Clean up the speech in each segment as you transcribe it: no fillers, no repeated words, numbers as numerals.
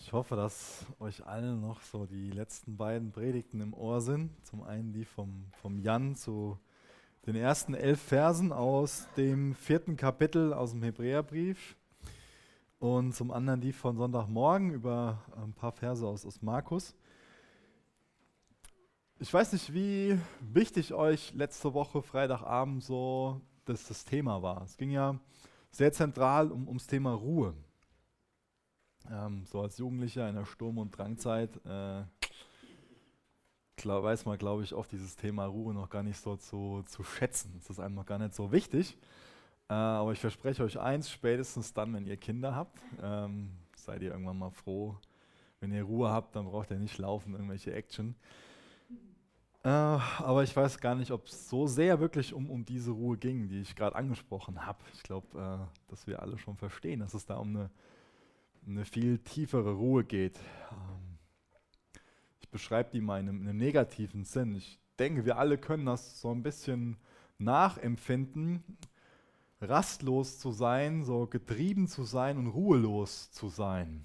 Ich hoffe, dass euch allen noch so die letzten beiden Predigten im Ohr sind. Zum einen die vom Jan zu den ersten 11 Versen aus dem 4. Kapitel aus dem Hebräerbrief und zum anderen die von Sonntagmorgen über ein paar Verse aus Markus. Ich weiß nicht, wie wichtig euch letzte Woche Freitagabend so das Thema war. Es ging ja sehr zentral ums Thema Ruhe. So als Jugendlicher in der Sturm- und Drangzeit weiß man, glaube ich, oft dieses Thema Ruhe noch gar nicht so zu schätzen. Es ist einem noch gar nicht so wichtig. Aber ich verspreche euch eins, spätestens dann, wenn ihr Kinder habt, seid ihr irgendwann mal froh. Wenn ihr Ruhe habt, dann braucht ihr nicht laufen, irgendwelche Action. Aber ich weiß gar nicht, ob es so sehr wirklich um diese Ruhe ging, die ich gerade angesprochen habe. Ich glaube, dass wir alle schon verstehen, dass es da um eine viel tiefere Ruhe geht. Ich beschreibe die mal in einem negativen Sinn. Ich denke, wir alle können das so ein bisschen nachempfinden, rastlos zu sein, so getrieben zu sein und ruhelos zu sein.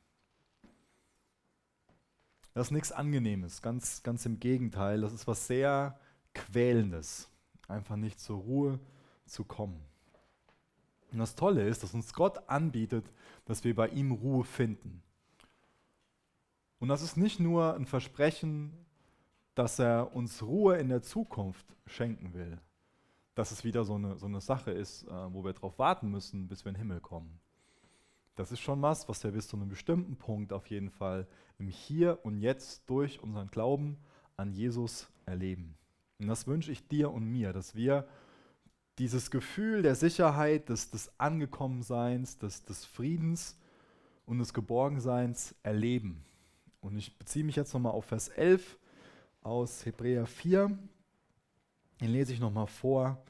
Das ist nichts Angenehmes, ganz im Gegenteil. Das ist was sehr Quälendes, einfach nicht zur Ruhe zu kommen. Und das Tolle ist, dass uns Gott anbietet, dass wir bei ihm Ruhe finden. Und das ist nicht nur ein Versprechen, dass er uns Ruhe in der Zukunft schenken will. Dass es wieder so eine Sache ist, wo wir darauf warten müssen, bis wir in den Himmel kommen. Das ist schon was wir bis zu einem bestimmten Punkt auf jeden Fall im Hier und Jetzt durch unseren Glauben an Jesus erleben. Und das wünsche ich dir und mir, dass wir dieses Gefühl der Sicherheit, des Angekommenseins, des Friedens und des Geborgenseins erleben. Und ich beziehe mich jetzt nochmal auf Vers 11 aus Hebräer 4. Den lese ich nochmal vor,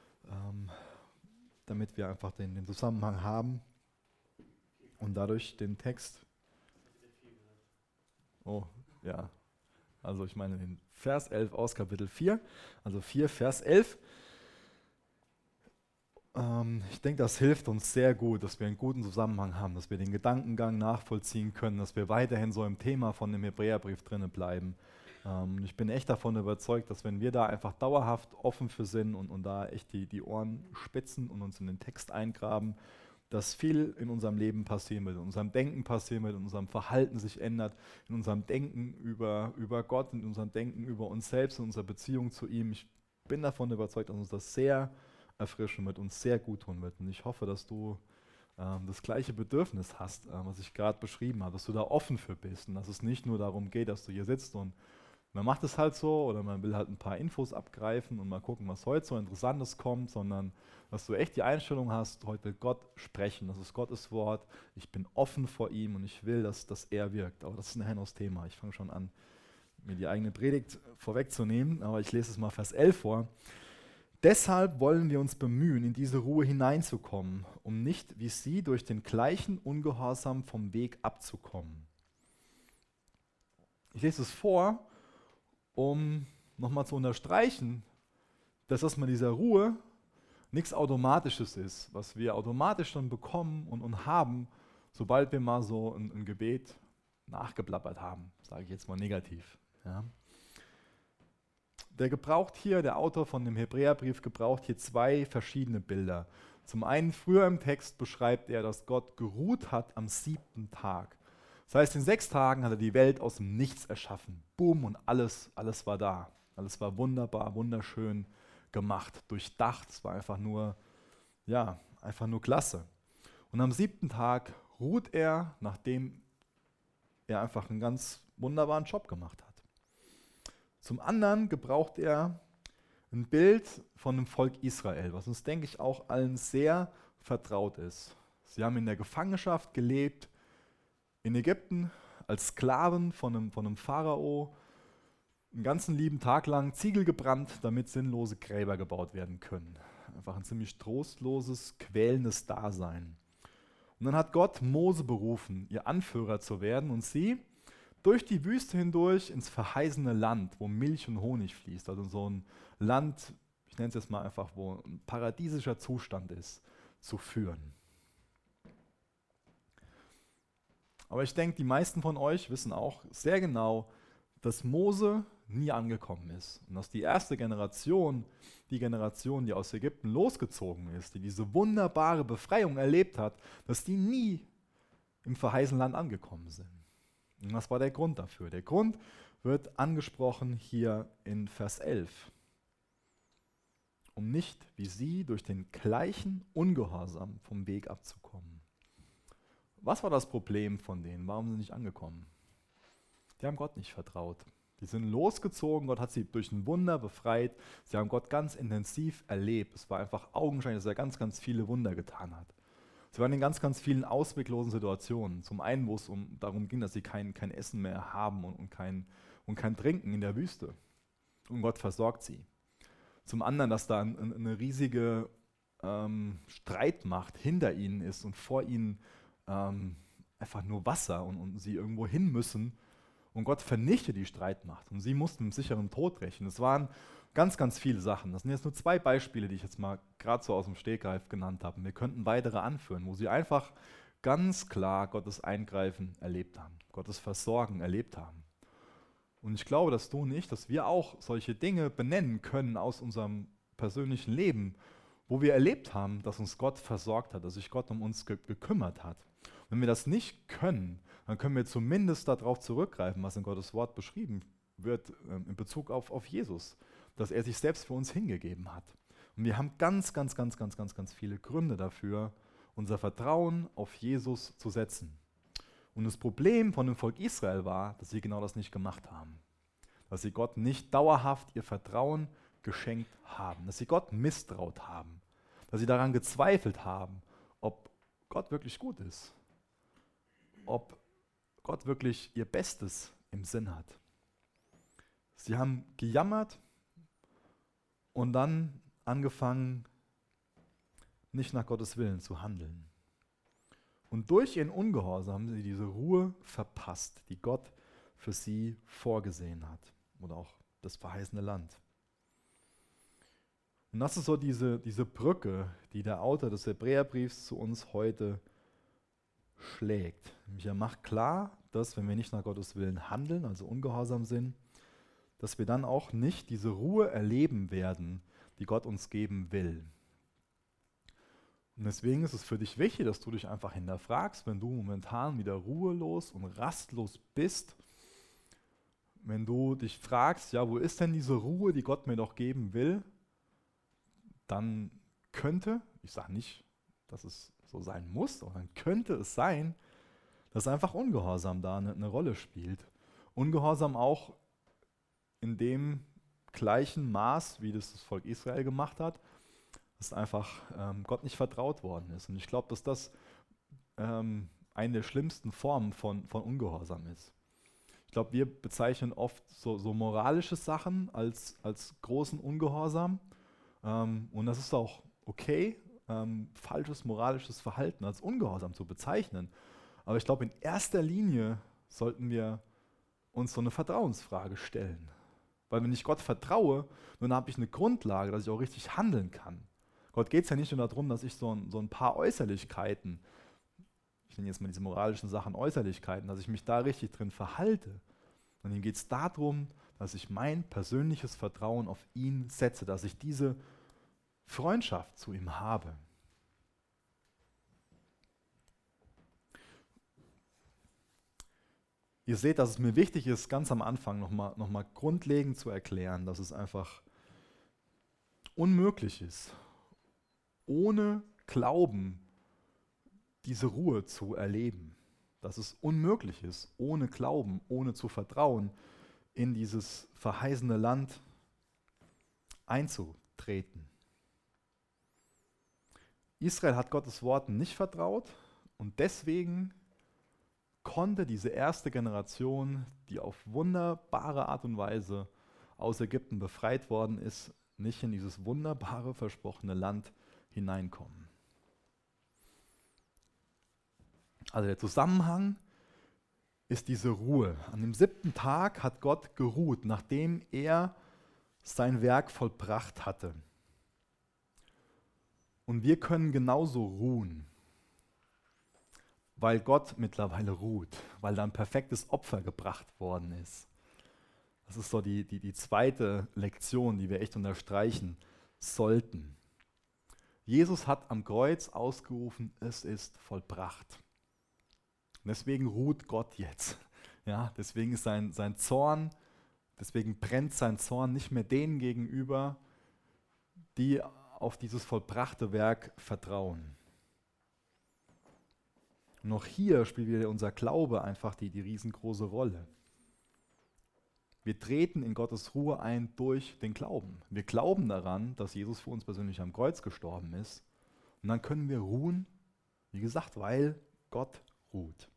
damit wir einfach den Zusammenhang haben und dadurch den Text. Oh, ja. Also ich meine den Vers 11 aus Kapitel 4, also 4, Vers 11. Ich denke, das hilft uns sehr gut, dass wir einen guten Zusammenhang haben, dass wir den Gedankengang nachvollziehen können, dass wir weiterhin so im Thema von dem Hebräerbrief drinnen bleiben. Ich bin echt davon überzeugt, dass wenn wir da einfach dauerhaft offen für sind und da echt die Ohren spitzen und uns in den Text eingraben, dass viel in unserem Leben passieren wird, in unserem Denken passieren wird, in unserem Verhalten sich ändert, in unserem Denken über Gott, in unserem Denken über uns selbst, in unserer Beziehung zu ihm. Ich bin davon überzeugt, dass uns das sehr erfrischen wird, uns sehr gut tun wird. Und ich hoffe, dass du das gleiche Bedürfnis hast, was ich gerade beschrieben habe, dass du da offen für bist und dass es nicht nur darum geht, dass du hier sitzt und man macht es halt so oder man will halt ein paar Infos abgreifen und mal gucken, was heute so Interessantes kommt, sondern dass du echt die Einstellung hast, heute will Gott sprechen, das ist Gottes Wort, ich bin offen vor ihm und ich will, dass er wirkt. Aber das ist nachher noch das Thema. Ich fange schon an, mir die eigene Predigt vorwegzunehmen, aber ich lese es mal Vers 11 vor. Deshalb wollen wir uns bemühen, in diese Ruhe hineinzukommen, um nicht wie sie durch den gleichen Ungehorsam vom Weg abzukommen. Ich lese es vor, um nochmal zu unterstreichen, dass das mit dieser Ruhe nichts Automatisches ist, was wir automatisch dann bekommen und haben, sobald wir mal so ein Gebet nachgeblabbert haben, sage ich jetzt mal negativ. Ja. Der Autor von dem Hebräerbrief gebraucht hier zwei verschiedene Bilder. Zum einen früher im Text beschreibt er, dass Gott geruht hat am 7. Tag. Das heißt, in 6 Tagen hat er die Welt aus dem Nichts erschaffen. Boom, und alles war da. Alles war wunderbar, wunderschön gemacht, durchdacht. Es war einfach nur klasse. Und am 7. Tag ruht er, nachdem er einfach einen ganz wunderbaren Job gemacht hat. Zum anderen gebraucht er ein Bild von dem Volk Israel, was uns, denke ich, auch allen sehr vertraut ist. Sie haben in der Gefangenschaft gelebt, in Ägypten, als Sklaven von einem Pharao, einen ganzen lieben Tag lang Ziegel gebrannt, damit sinnlose Gräber gebaut werden können. Einfach ein ziemlich trostloses, quälendes Dasein. Und dann hat Gott Mose berufen, ihr Anführer zu werden und sie durch die Wüste hindurch ins verheißene Land, wo Milch und Honig fließt. Also so ein Land, ich nenne es jetzt mal einfach, wo ein paradiesischer Zustand ist, zu führen. Aber ich denke, die meisten von euch wissen auch sehr genau, dass Mose nie angekommen ist. Und dass die erste Generation, die Generation, die aus Ägypten losgezogen ist, die diese wunderbare Befreiung erlebt hat, dass die nie im verheißenen Land angekommen sind. Und was war der Grund dafür? Der Grund wird angesprochen hier in Vers 11. Um nicht wie sie durch den gleichen Ungehorsam vom Weg abzukommen. Was war das Problem von denen? Warum sind sie nicht angekommen? Die haben Gott nicht vertraut. Die sind losgezogen, Gott hat sie durch ein Wunder befreit. Sie haben Gott ganz intensiv erlebt. Es war einfach augenscheinlich, dass er ganz, ganz viele Wunder getan hat. Sie waren in ganz, ganz vielen ausweglosen Situationen. Zum einen, wo es darum ging, dass sie kein Essen mehr haben und kein Trinken in der Wüste. Und Gott versorgt sie. Zum anderen, dass da eine riesige Streitmacht hinter ihnen ist und vor ihnen einfach nur Wasser und sie irgendwo hin müssen. Und Gott vernichtet die Streitmacht. Und sie mussten mit sicherem Tod rechnen. Es waren ganz, ganz viele Sachen. Das sind jetzt nur 2 Beispiele, die ich jetzt mal gerade so aus dem Stegreif genannt habe. Wir könnten weitere anführen, wo sie einfach ganz klar Gottes Eingreifen erlebt haben, Gottes Versorgen erlebt haben. Und ich glaube, dass du und ich, dass wir auch solche Dinge benennen können aus unserem persönlichen Leben, wo wir erlebt haben, dass uns Gott versorgt hat, dass sich Gott um uns gekümmert hat. Und wenn wir das nicht können, dann können wir zumindest darauf zurückgreifen, was in Gottes Wort beschrieben wird in Bezug auf Jesus, dass er sich selbst für uns hingegeben hat. Und wir haben ganz, ganz, ganz, ganz, ganz, ganz viele Gründe dafür, unser Vertrauen auf Jesus zu setzen. Und das Problem von dem Volk Israel war, dass sie genau das nicht gemacht haben. Dass sie Gott nicht dauerhaft ihr Vertrauen geschenkt haben. Dass sie Gott misstraut haben. Dass sie daran gezweifelt haben, ob Gott wirklich gut ist. Ob Gott wirklich ihr Bestes im Sinn hat. Sie haben gejammert und dann angefangen, nicht nach Gottes Willen zu handeln. Und durch ihren Ungehorsam haben sie diese Ruhe verpasst, die Gott für sie vorgesehen hat. Oder auch das verheißene Land. Und das ist so diese Brücke, die der Autor des Hebräerbriefs zu uns heute schlägt. Er macht klar, dass wenn wir nicht nach Gottes Willen handeln, also ungehorsam sind, dass wir dann auch nicht diese Ruhe erleben werden, die Gott uns geben will. Und deswegen ist es für dich wichtig, dass du dich einfach hinterfragst, wenn du momentan wieder ruhelos und rastlos bist, wenn du dich fragst, ja, wo ist denn diese Ruhe, die Gott mir doch geben will, dann könnte, ich sage nicht, dass es so sein muss, aber dann könnte es sein, dass einfach Ungehorsam da eine Rolle spielt. Ungehorsam auch in dem gleichen Maß, wie das Volk Israel gemacht hat, dass einfach Gott nicht vertraut worden ist. Und ich glaube, dass das eine der schlimmsten Formen von Ungehorsam ist. Ich glaube, wir bezeichnen oft so moralische Sachen als großen Ungehorsam. Und das ist auch okay, falsches moralisches Verhalten als Ungehorsam zu bezeichnen. Aber ich glaube, in erster Linie sollten wir uns so eine Vertrauensfrage stellen. Weil wenn ich Gott vertraue, dann habe ich eine Grundlage, dass ich auch richtig handeln kann. Gott geht es ja nicht nur darum, dass ich so ein paar Äußerlichkeiten, ich nenne jetzt mal diese moralischen Sachen Äußerlichkeiten, dass ich mich da richtig drin verhalte. Und ihm geht es darum, dass ich mein persönliches Vertrauen auf ihn setze, dass ich diese Freundschaft zu ihm habe. Ihr seht, dass es mir wichtig ist, ganz am Anfang noch mal grundlegend zu erklären, dass es einfach unmöglich ist, ohne Glauben diese Ruhe zu erleben. Dass es unmöglich ist, ohne Glauben, ohne zu vertrauen, in dieses verheißene Land einzutreten. Israel hat Gottes Worten nicht vertraut und deswegen konnte diese erste Generation, die auf wunderbare Art und Weise aus Ägypten befreit worden ist, nicht in dieses wunderbare, versprochene Land hineinkommen. Also der Zusammenhang ist diese Ruhe. An dem 7. Tag hat Gott geruht, nachdem er sein Werk vollbracht hatte. Und wir können genauso ruhen. weil Gott mittlerweile ruht, weil da ein perfektes Opfer gebracht worden ist. Das ist so die zweite Lektion, die wir echt unterstreichen sollten. Jesus hat am Kreuz ausgerufen, es ist vollbracht. Und deswegen ruht Gott jetzt. Ja, deswegen ist sein Zorn, deswegen brennt sein Zorn nicht mehr denen gegenüber, die auf dieses vollbrachte Werk vertrauen. Und auch hier spielt wieder unser Glaube einfach die riesengroße Rolle. Wir treten in Gottes Ruhe ein durch den Glauben. Wir glauben daran, dass Jesus für uns persönlich am Kreuz gestorben ist. Und dann können wir ruhen, wie gesagt, weil Gott ruht.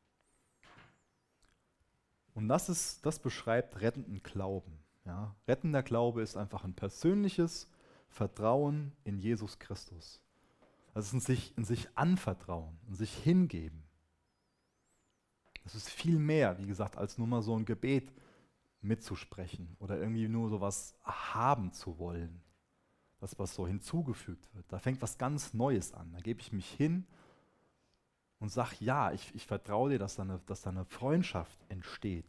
Und das beschreibt rettenden Glauben. Ja? Rettender Glaube ist einfach ein persönliches Vertrauen in Jesus Christus. Das ist in sich anvertrauen, in sich hingeben. Das ist viel mehr, wie gesagt, als nur mal so ein Gebet mitzusprechen oder irgendwie nur sowas haben zu wollen, das was so hinzugefügt wird. Da fängt was ganz Neues an. Da gebe ich mich hin und sage, ja, ich vertraue dir, dass da eine Freundschaft entsteht.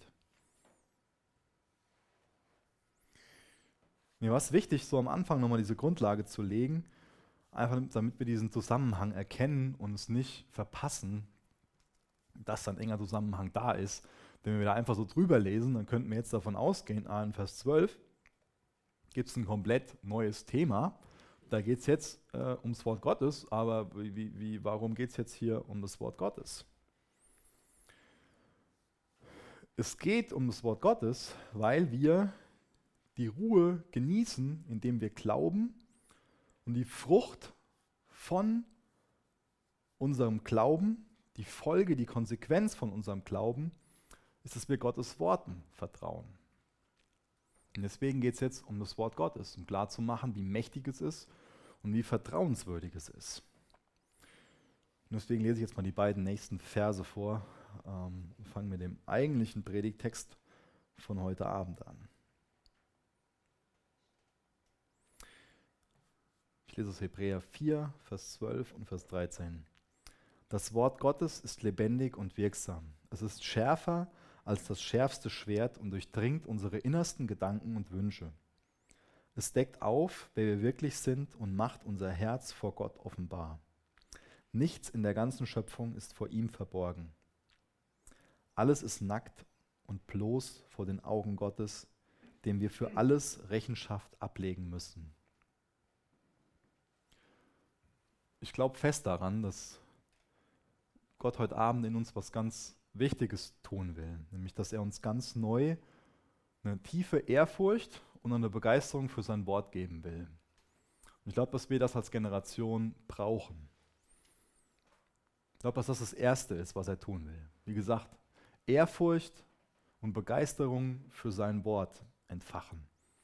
Mir war es wichtig, so am Anfang nochmal diese Grundlage zu legen, einfach damit wir diesen Zusammenhang erkennen und es nicht verpassen, dass da ein enger Zusammenhang da ist. Denn wenn wir da einfach so drüber lesen, dann könnten wir jetzt davon ausgehen, in Vers 12 gibt es ein komplett neues Thema. Da geht es jetzt ums Wort Gottes, aber warum geht es jetzt hier um das Wort Gottes? Es geht um das Wort Gottes, weil wir die Ruhe genießen, indem wir glauben und die Frucht von unserem Glauben, die Folge, die Konsequenz von unserem Glauben, ist, dass wir Gottes Worten vertrauen. Und deswegen geht es jetzt um das Wort Gottes, um klarzumachen, wie mächtig es ist und wie vertrauenswürdig es ist. Und deswegen lese ich jetzt mal die beiden nächsten Verse vor und fange mit dem eigentlichen Predigttext von heute Abend an. Ich lese aus Hebräer 4, Vers 12 und Vers 13. Das Wort Gottes ist lebendig und wirksam. Es ist schärfer als das schärfste Schwert und durchdringt unsere innersten Gedanken und Wünsche. Es deckt auf, wer wir wirklich sind und macht unser Herz vor Gott offenbar. Nichts in der ganzen Schöpfung ist vor ihm verborgen. Alles ist nackt und bloß vor den Augen Gottes, dem wir für alles Rechenschaft ablegen müssen. Ich glaube fest daran, dass Gott heute Abend in uns was ganz Wichtiges tun will, nämlich dass er uns ganz neu eine tiefe Ehrfurcht und eine Begeisterung für sein Wort geben will. Und ich glaube, dass wir das als Generation brauchen. Ich glaube, dass das Erste ist, was er tun will. Wie gesagt, Ehrfurcht und Begeisterung für sein Wort entfachen.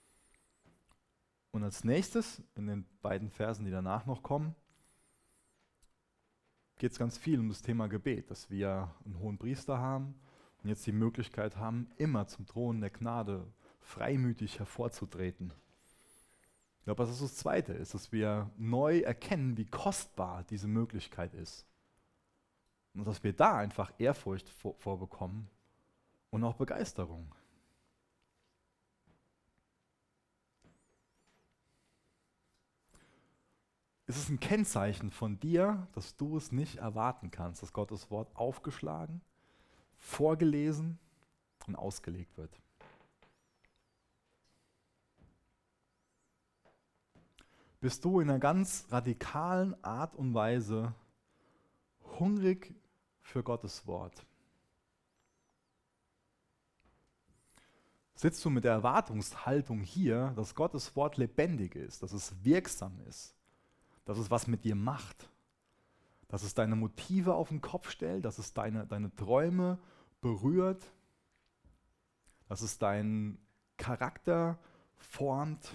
Und als nächstes, in den beiden Versen, die danach noch kommen, geht es ganz viel um das Thema Gebet, dass wir einen hohen Priester haben und jetzt die Möglichkeit haben, immer zum Thron der Gnade freimütig hervorzutreten. Ich glaube, dass das Zweite ist, dass wir neu erkennen, wie kostbar diese Möglichkeit ist. Und dass wir da einfach Ehrfurcht vorbekommen und auch Begeisterung. Es ist ein Kennzeichen von dir, dass du es nicht erwarten kannst, dass Gottes Wort aufgeschlagen, vorgelesen und ausgelegt wird. Bist du in einer ganz radikalen Art und Weise hungrig für Gottes Wort? Sitzt du mit der Erwartungshaltung hier, dass Gottes Wort lebendig ist, dass es wirksam ist, dass es was mit dir macht, dass es deine Motive auf den Kopf stellt, dass es deine Träume berührt, dass es deinen Charakter formt?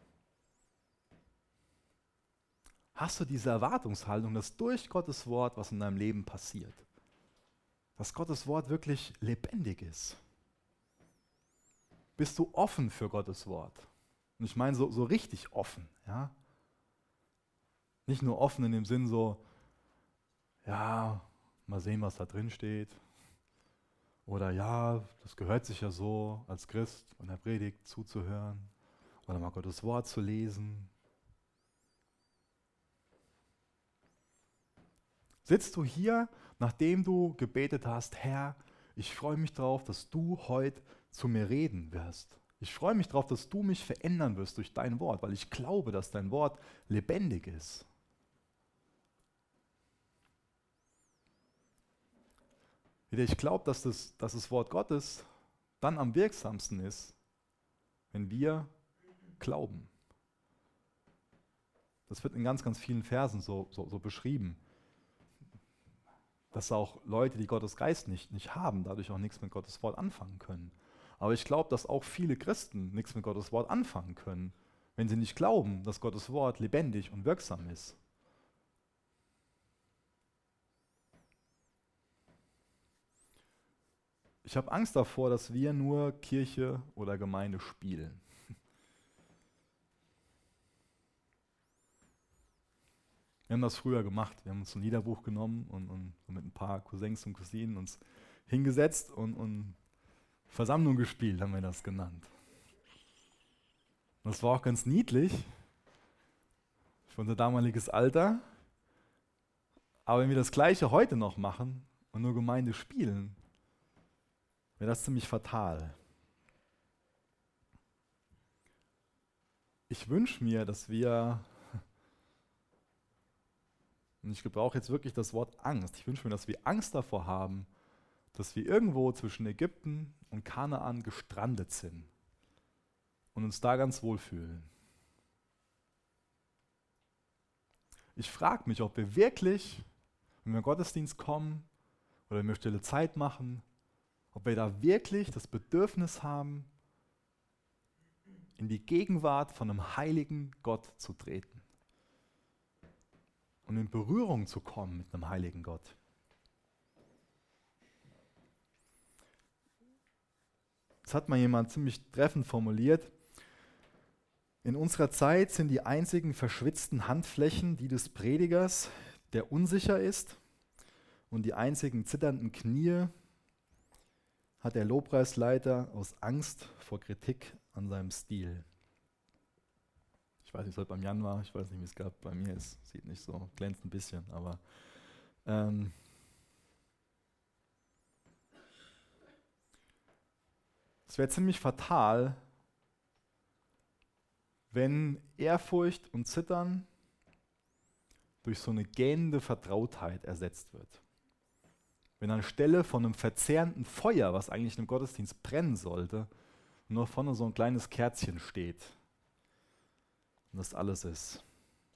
Hast du diese Erwartungshaltung, dass durch Gottes Wort was in deinem Leben passiert? Dass Gottes Wort wirklich lebendig ist? Bist du offen für Gottes Wort? Und ich meine so richtig offen, ja? Nicht nur offen in dem Sinn so, ja, mal sehen, was da drin steht. Oder ja, das gehört sich ja so, als Christ in der Predigt zuzuhören oder mal Gottes Wort zu lesen. Sitzt du hier, nachdem du gebetet hast, Herr, ich freue mich drauf, dass du heute zu mir reden wirst. Ich freue mich drauf, dass du mich verändern wirst durch dein Wort, weil ich glaube, dass dein Wort lebendig ist. Ich glaube, dass das Wort Gottes dann am wirksamsten ist, wenn wir glauben. Das wird in ganz, ganz vielen Versen so beschrieben, dass auch Leute, die Gottes Geist nicht haben, dadurch auch nichts mit Gottes Wort anfangen können. Aber ich glaube, dass auch viele Christen nichts mit Gottes Wort anfangen können, wenn sie nicht glauben, dass Gottes Wort lebendig und wirksam ist. Ich habe Angst davor, dass wir nur Kirche oder Gemeinde spielen. Wir haben das früher gemacht. Wir haben uns ein Liederbuch genommen und mit ein paar Cousins und Cousinen uns hingesetzt und Versammlung gespielt, haben wir das genannt. Das war auch ganz niedlich für unser damaliges Alter. Aber wenn wir das Gleiche heute noch machen und nur Gemeinde spielen, wäre das ziemlich fatal. Ich wünsche mir, dass wir, und ich gebrauche jetzt wirklich das Wort Angst, ich wünsche mir, dass wir Angst davor haben, dass wir irgendwo zwischen Ägypten und Kanaan gestrandet sind und uns da ganz wohl fühlen. Ich frage mich, ob wir wirklich, wenn wir in den Gottesdienst kommen oder wenn wir stille Zeit machen, ob wir da wirklich das Bedürfnis haben, in die Gegenwart von einem heiligen Gott zu treten und in Berührung zu kommen mit einem heiligen Gott. Das hat mal jemand ziemlich treffend formuliert. In unserer Zeit sind die einzigen verschwitzten Handflächen die des Predigers, der unsicher ist, und die einzigen zitternden Knie hat der Lobpreisleiter aus Angst vor Kritik an seinem Stil. Ich weiß nicht, was beim Jan war, ich weiß nicht, wie es gerade bei mir ist. Sieht nicht so, glänzt ein bisschen, aber es wäre ziemlich fatal, wenn Ehrfurcht und Zittern durch so eine gähnende Vertrautheit ersetzt wird. Wenn anstelle von einem verzehrenden Feuer, was eigentlich im Gottesdienst brennen sollte, nur vorne so ein kleines Kerzchen steht und das alles ist.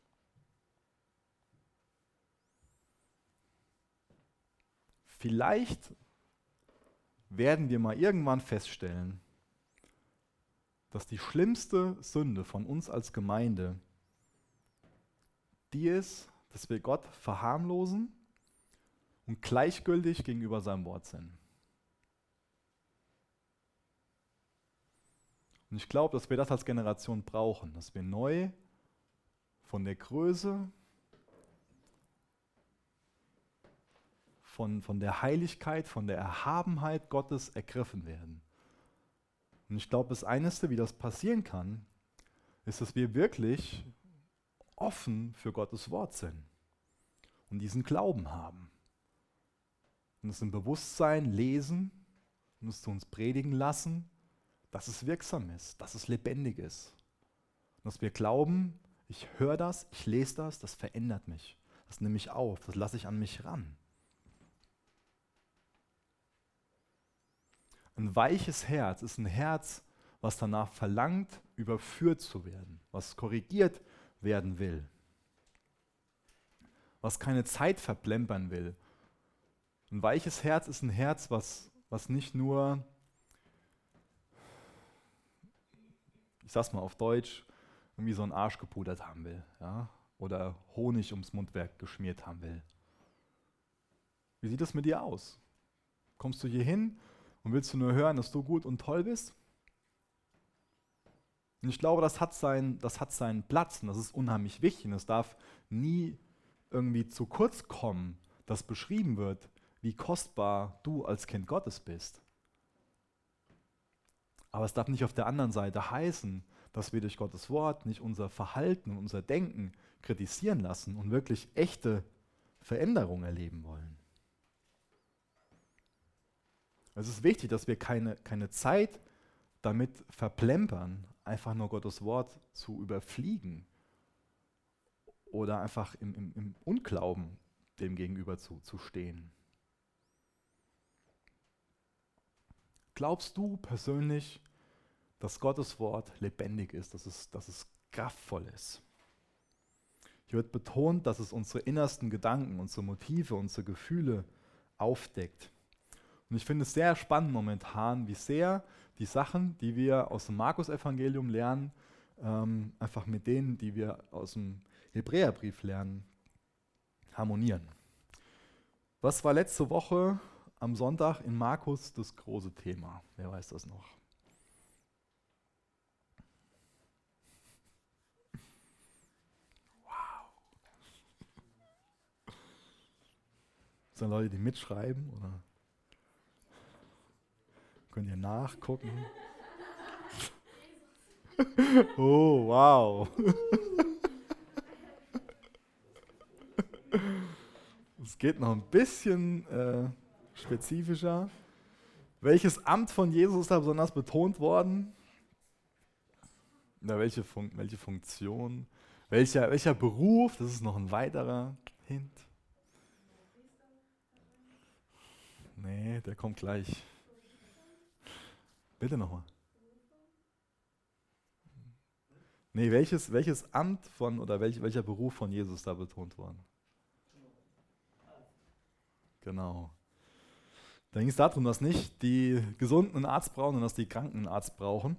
Vielleicht werden wir mal irgendwann feststellen, dass die schlimmste Sünde von uns als Gemeinde die ist, dass wir Gott verharmlosen und gleichgültig gegenüber seinem Wort sind. Und ich glaube, dass wir das als Generation brauchen, dass wir neu von der Größe, von der Heiligkeit, von der Erhabenheit Gottes ergriffen werden. Und ich glaube, das Einzige, wie das passieren kann, ist, dass wir wirklich offen für Gottes Wort sind und diesen Glauben haben. Und es im Bewusstsein lesen und es zu uns predigen lassen, dass es wirksam ist, dass es lebendig ist. Und dass wir glauben, ich höre das, ich lese das verändert mich. Das nehme ich auf, das lasse ich an mich ran. Ein weiches Herz ist ein Herz, was danach verlangt, überführt zu werden, was korrigiert werden will, was keine Zeit verplempern will. Ein weiches Herz ist ein Herz, was nicht nur, ich sag's mal auf Deutsch, irgendwie so einen Arsch gepudert haben will, ja? Oder Honig ums Mundwerk geschmiert haben will. Wie sieht das mit dir aus? Kommst du hier hin und willst du nur hören, dass du gut und toll bist? Und ich glaube, das hat seinen Platz und das ist unheimlich wichtig und es darf nie irgendwie zu kurz kommen, dass beschrieben wird, wie kostbar du als Kind Gottes bist. Aber es darf nicht auf der anderen Seite heißen, dass wir durch Gottes Wort nicht unser Verhalten und unser Denken kritisieren lassen und wirklich echte Veränderung erleben wollen. Es ist wichtig, dass wir keine Zeit damit verplempern, einfach nur Gottes Wort zu überfliegen oder einfach im Unglauben dem gegenüber zu stehen. Glaubst du persönlich, dass Gottes Wort lebendig ist, dass es kraftvoll ist? Hier wird betont, dass es unsere innersten Gedanken, unsere Motive, unsere Gefühle aufdeckt. Und ich finde es sehr spannend momentan, wie sehr die Sachen, die wir aus dem Markus-Evangelium lernen, einfach mit denen, die wir aus dem Hebräerbrief lernen, harmonieren. Was war letzte Woche am Sonntag in Markus das große Thema? Wer weiß das noch? Sind Leute, die mitschreiben oder könnt ihr nachgucken? Oh, wow. Es geht noch ein bisschen spezifischer. Welches Amt von Jesus ist da besonders betont worden? Na, welche Funktion? Welcher Beruf? Das ist noch ein weiterer Hint. Nee, der kommt gleich. Bitte nochmal. Nee, welches Amt von oder welcher Beruf von Jesus da betont worden? Genau. Da ging es darum, dass nicht die Gesunden einen Arzt brauchen, sondern dass die Kranken einen Arzt brauchen.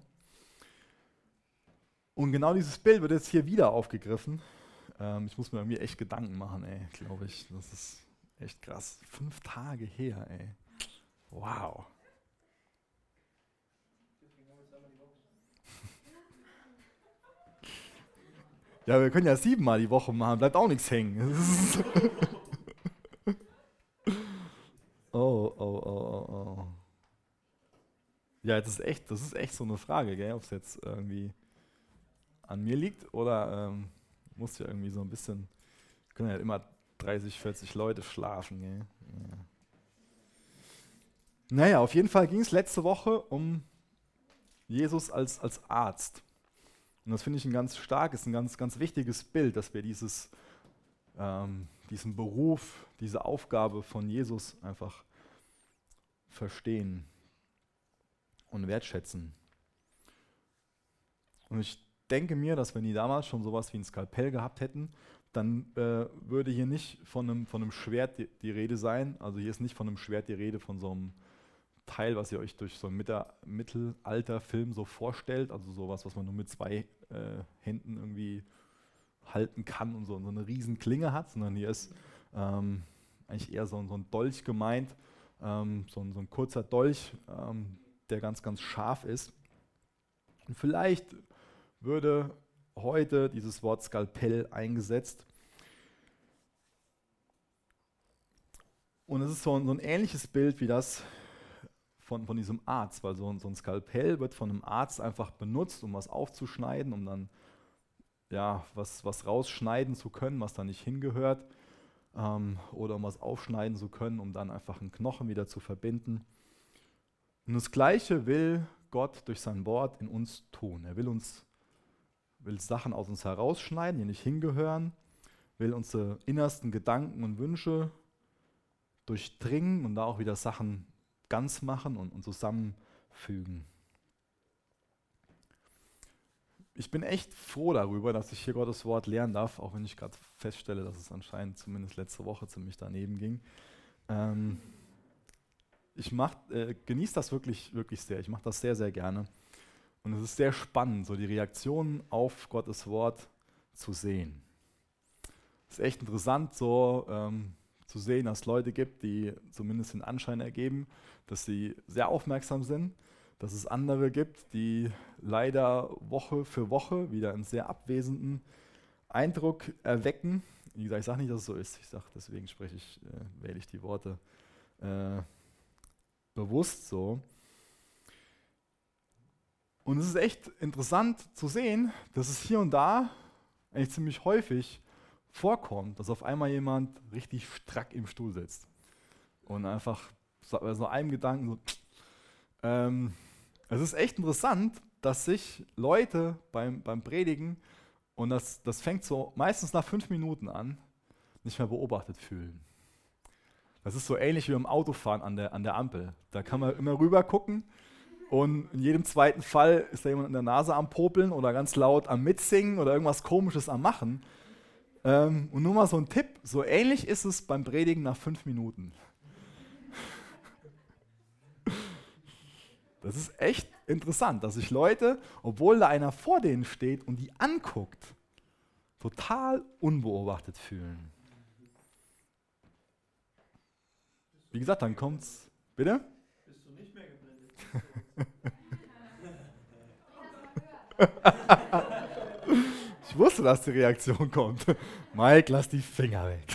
Und genau dieses Bild wird jetzt hier wieder aufgegriffen. Ich muss mir irgendwie echt Gedanken machen, glaube ich. Das ist echt krass. 5 Tage her, ey. Wow. Ja, wir können ja 7-mal die Woche machen, bleibt auch nichts hängen. Oh. Ja, das ist echt so eine Frage, gell, ob es jetzt irgendwie an mir liegt oder muss ja irgendwie so ein bisschen, können ja immer 30, 40 Leute schlafen, gell. Ja. Naja, auf jeden Fall ging es letzte Woche um Jesus als Arzt. Und das finde ich ein ganz wichtiges Bild, dass wir diesen Beruf, diese Aufgabe von Jesus einfach verstehen und wertschätzen. Und ich denke mir, dass wenn die damals schon sowas wie ein Skalpell gehabt hätten, dann würde hier nicht von einem Schwert die Rede sein. Also hier ist nicht von einem Schwert die Rede, von so einem Teil, was ihr euch durch so einen Mittelalter-Film so vorstellt. Also sowas, was man nur mit 2 Händen irgendwie halten kann und so eine riesen Klinge hat. Sondern hier ist eigentlich eher so ein Dolch gemeint. So ein kurzer Dolch, der ganz scharf ist. Und vielleicht würde heute dieses Wort Skalpell eingesetzt. Und es ist so ein ähnliches Bild wie das von diesem Arzt, weil so ein Skalpell wird von einem Arzt einfach benutzt, um was aufzuschneiden, um dann ja, was rausschneiden zu können, was da nicht hingehört, oder um was aufschneiden zu können, um dann einfach einen Knochen wieder zu verbinden. Und das Gleiche will Gott durch sein Wort in uns tun. Er will Sachen aus uns herausschneiden, die nicht hingehören, will unsere innersten Gedanken und Wünsche durchdringen und da auch wieder Sachen ganz machen und zusammenfügen. Ich bin echt froh darüber, dass ich hier Gottes Wort lernen darf, auch wenn ich gerade feststelle, dass es anscheinend zumindest letzte Woche ziemlich daneben ging. Ich genieße das wirklich sehr. Ich mache das sehr gerne. Und es ist sehr spannend, so die Reaktionen auf Gottes Wort zu sehen. Es ist echt interessant, so zu sehen, dass es Leute gibt, die zumindest den Anschein ergeben, dass sie sehr aufmerksam sind, dass es andere gibt, die leider Woche für Woche wieder einen sehr abwesenden Eindruck erwecken. Wie gesagt, ich sage nicht, dass es so ist. Deswegen wähle ich die Worte äh, bewusst so. Und es ist echt interessant zu sehen, dass es hier und da eigentlich ziemlich häufig vorkommt, dass auf einmal jemand richtig strack im Stuhl sitzt und einfach so einem Gedanken so. Es ist echt interessant, dass sich Leute beim Predigen, und das fängt so meistens nach 5 Minuten an, nicht mehr beobachtet fühlen. Das ist so ähnlich wie beim Autofahren an der Ampel. Da kann man immer rüber gucken und in jedem zweiten Fall ist da jemand in der Nase am Popeln oder ganz laut am Mitsingen oder irgendwas Komisches am Machen. Und nur mal so ein Tipp, so ähnlich ist es beim Predigen nach 5 Minuten. Das ist echt interessant, dass sich Leute, obwohl da einer vor denen steht und die anguckt, total unbeobachtet fühlen. Wie gesagt, dann kommt's. Bitte? Bist du nicht mehr geblendet? Ich wusste, dass die Reaktion kommt. Mike, lass die Finger weg.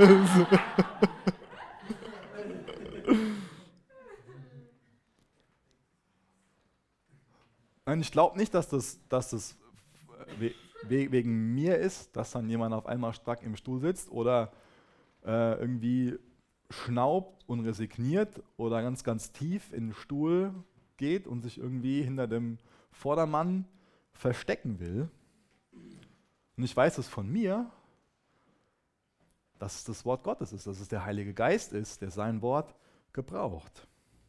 Nein, ich glaube nicht, dass das wegen mir ist, dass dann jemand auf einmal stark im Stuhl sitzt oder irgendwie schnaubt und resigniert oder ganz, ganz tief in den Stuhl geht und sich irgendwie hinter dem Vordermann verstecken will. Und ich weiß es von mir, dass es das Wort Gottes ist, dass es der Heilige Geist ist, der sein Wort gebraucht.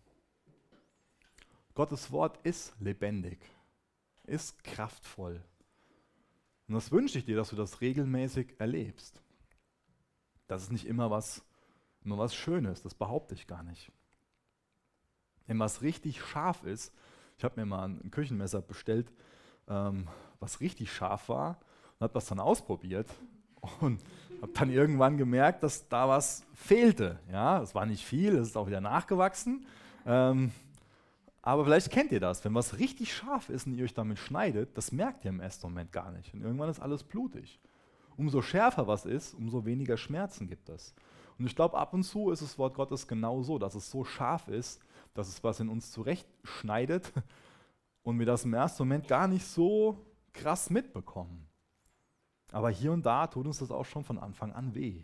Gottes Wort ist lebendig, ist kraftvoll. Und das wünsche ich dir, dass du das regelmäßig erlebst. Das ist nicht immer was Schönes, das behaupte ich gar nicht. Wenn was richtig scharf ist, ich habe mir mal ein Küchenmesser bestellt, was richtig scharf war und habe das dann ausprobiert und habe dann irgendwann gemerkt, dass da was fehlte. Ja, es war nicht viel, es ist auch wieder nachgewachsen. Aber vielleicht kennt ihr das, wenn was richtig scharf ist und ihr euch damit schneidet, das merkt ihr im ersten Moment gar nicht. Und irgendwann ist alles blutig. Umso schärfer was ist, umso weniger Schmerzen gibt es. Und ich glaube, ab und zu ist das Wort Gottes genau so, dass es so scharf ist, dass es was in uns zurechtschneidet und wir das im ersten Moment gar nicht so krass mitbekommen. Aber hier und da tut uns das auch schon von Anfang an weh.